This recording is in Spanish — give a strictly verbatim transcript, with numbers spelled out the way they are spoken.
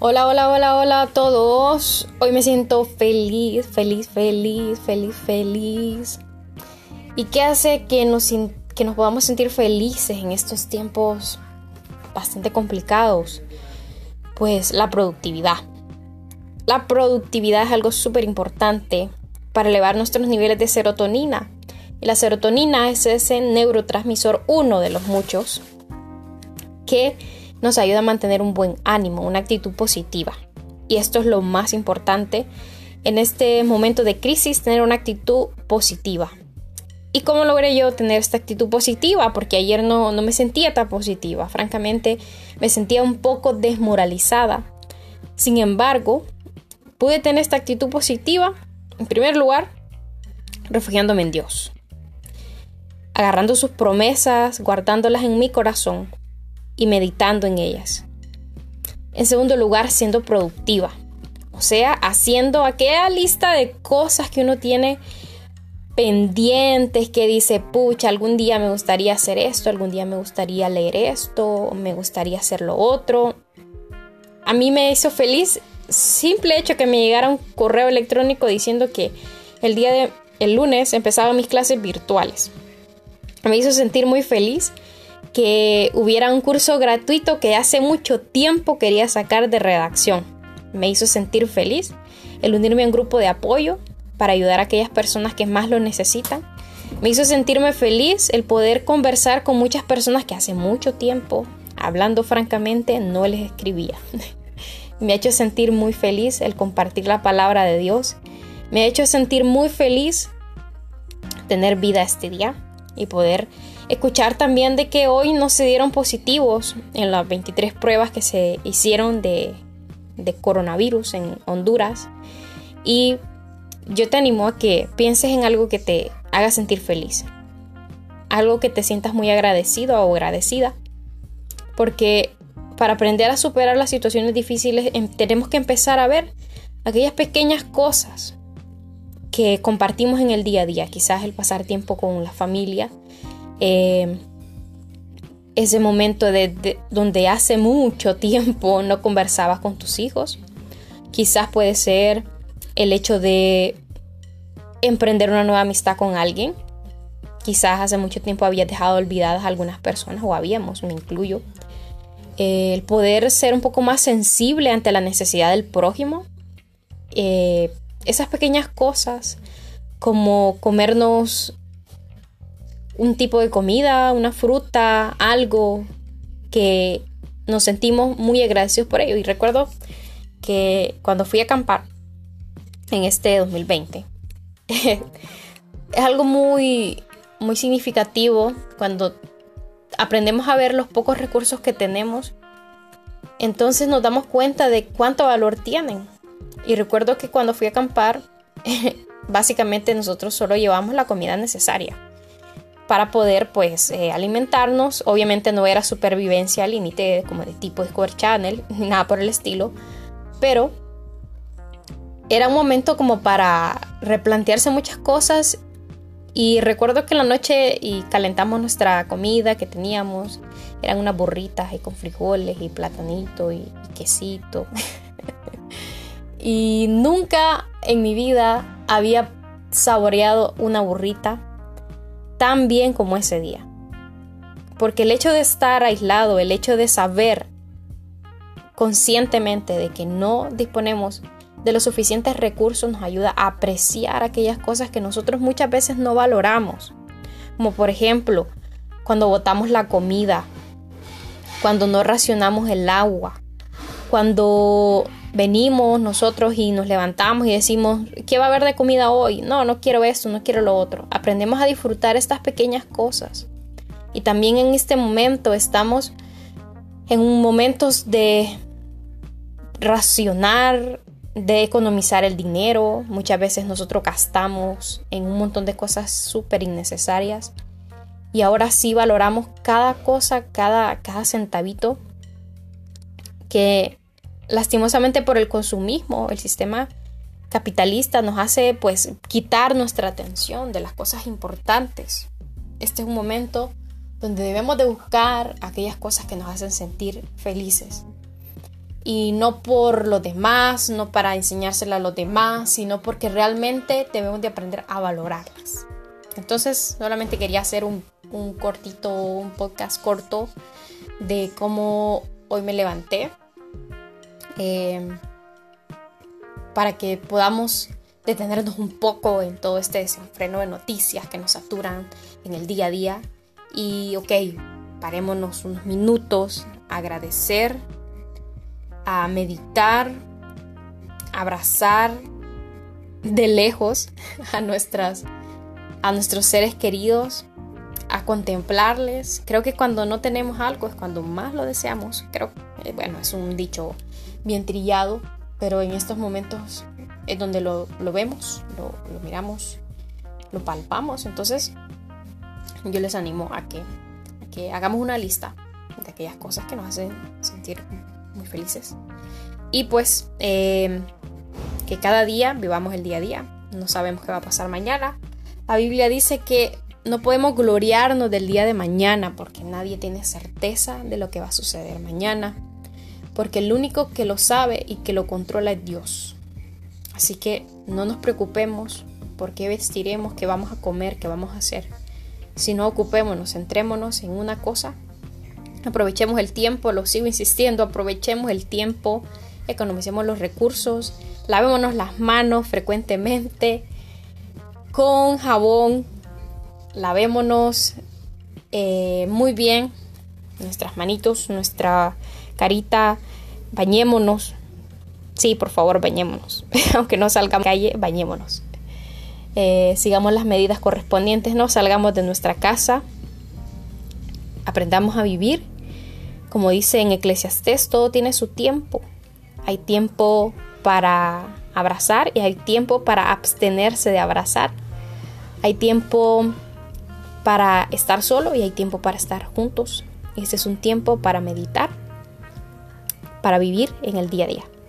Hola, hola, hola, hola a todos. Hoy me siento feliz, feliz, feliz, feliz, feliz. ¿Y qué hace que nos, que nos podamos sentir felices en estos tiempos bastante complicados? Pues la productividad. La productividad es algo súper importante para elevar nuestros niveles de serotonina. Y la serotonina es ese neurotransmisor, uno de los muchos, que nos ayuda a mantener un buen ánimo, una actitud positiva. Y esto es lo más importante en este momento de crisis, tener una actitud positiva. ¿Y cómo logré yo tener esta actitud positiva? Porque ayer no, no me sentía tan positiva. Francamente, me sentía un poco desmoralizada. Sin embargo, pude tener esta actitud positiva, en primer lugar, refugiándome en Dios, agarrando sus promesas, guardándolas en mi corazón y meditando en ellas. En segundo lugar, siendo productiva, o sea, haciendo aquella lista de cosas que uno tiene pendientes, que dice, pucha, algún día me gustaría hacer esto, algún día me gustaría leer esto, me gustaría hacer lo otro. A mí me hizo feliz simple hecho que me llegara un correo electrónico diciendo que el día de el lunes empezaban mis clases virtuales. Me hizo sentir muy feliz que hubiera un curso gratuito que hace mucho tiempo quería sacar de redacción. Me hizo sentir feliz el unirme a un grupo de apoyo para ayudar a aquellas personas que más lo necesitan. Me hizo sentirme feliz el poder conversar con muchas personas que hace mucho tiempo, hablando francamente, no les escribía. Me ha hecho sentir muy feliz el compartir la palabra de Dios. Me ha hecho sentir muy feliz tener vida este día y poder escuchar también de que hoy no se dieron positivos en las veintitrés pruebas que se hicieron de, de coronavirus en Honduras. Y yo te animo a que pienses en algo que te haga sentir feliz, algo que te sientas muy agradecido o agradecida, porque para aprender a superar las situaciones difíciles em, tenemos que empezar a ver aquellas pequeñas cosas que compartimos en el día a día, quizás el pasar tiempo con la familia, eh, ese momento de, de, donde hace mucho tiempo no conversabas con tus hijos. Quizás puede ser el hecho de emprender una nueva amistad con alguien. Quizás hace mucho tiempo habías dejado olvidadas a algunas personas, o habíamos, me incluyo. Eh, el poder ser un poco más sensible ante la necesidad del prójimo. Eh, esas pequeñas cosas como comernos un tipo de comida, una fruta, algo que nos sentimos muy agradecidos por ello. Y recuerdo que cuando fui a acampar en este dos mil veinte es algo muy, muy significativo cuando aprendemos a ver los pocos recursos que tenemos. Entonces nos damos cuenta de cuánto valor tienen. Y recuerdo que cuando fui a acampar, básicamente nosotros solo llevamos la comida necesaria para poder pues eh, alimentarnos. Obviamente no era supervivencia al límite como de tipo Discovery Channel, ni nada por el estilo, pero era un momento como para replantearse muchas cosas. Y recuerdo que en la noche y calentamos nuestra comida que teníamos, eran unas burritas y con frijoles y platanito y, y quesito. Y nunca en mi vida había saboreado una burrita tan bien como ese día. Porque el hecho de estar aislado, el hecho de saber conscientemente de que no disponemos de los suficientes recursos, nos ayuda a apreciar aquellas cosas que nosotros muchas veces no valoramos. Como por ejemplo, cuando botamos la comida, cuando no racionamos el agua, cuando venimos nosotros y nos levantamos y decimos, ¿qué va a haber de comida hoy? No, no quiero esto, no quiero lo otro. Aprendemos a disfrutar estas pequeñas cosas. Y también en este momento estamos en momentos de racionar, de economizar el dinero. Muchas veces nosotros gastamos en un montón de cosas súper innecesarias. Y ahora sí valoramos cada cosa, cada, cada centavito, que lastimosamente por el consumismo, el sistema capitalista nos hace pues quitar nuestra atención de las cosas importantes. Este es un momento donde debemos de buscar aquellas cosas que nos hacen sentir felices. Y no por los demás, no para enseñársela a los demás, sino porque realmente debemos de aprender a valorarlas. Entonces, solamente quería hacer un, un cortito, un podcast corto de cómo hoy me levanté. Eh, para que podamos detenernos un poco en todo este desenfreno de noticias que nos saturan en el día a día. Y ok, parémonos unos minutos a agradecer, a meditar, a abrazar de lejos a, nuestras, a nuestros seres queridos, a contemplarles. Creo que cuando no tenemos algo es cuando más lo deseamos. Creo que, bueno, es un dicho bien trillado, pero en estos momentos es donde lo, lo vemos, lo, lo miramos, lo palpamos. Entonces yo les animo a que, a que hagamos una lista de aquellas cosas que nos hacen sentir muy felices. Y pues eh, que cada día vivamos el día a día. No sabemos qué va a pasar mañana. La Biblia dice que no podemos gloriarnos del día de mañana porque nadie tiene certeza de lo que va a suceder mañana. Porque el único que lo sabe y que lo controla es Dios. Así que no nos preocupemos por qué vestiremos, qué vamos a comer, qué vamos a hacer. Sino ocupémonos, centrémonos en una cosa. Aprovechemos el tiempo, lo sigo insistiendo, aprovechemos el tiempo, economicemos los recursos, lavémonos las manos frecuentemente con jabón, lavémonos eh, muy bien nuestras manitos, nuestra carita, bañémonos. Sí, por favor, bañémonos. Aunque no salgamos a la calle, bañémonos. Eh, sigamos las medidas correspondientes, no salgamos de nuestra casa. Aprendamos a vivir. Como dice en Eclesiastés, todo tiene su tiempo. Hay tiempo para abrazar y hay tiempo para abstenerse de abrazar. Hay tiempo para estar solo y hay tiempo para estar juntos. Ese es un tiempo para meditar, para vivir en el día a día.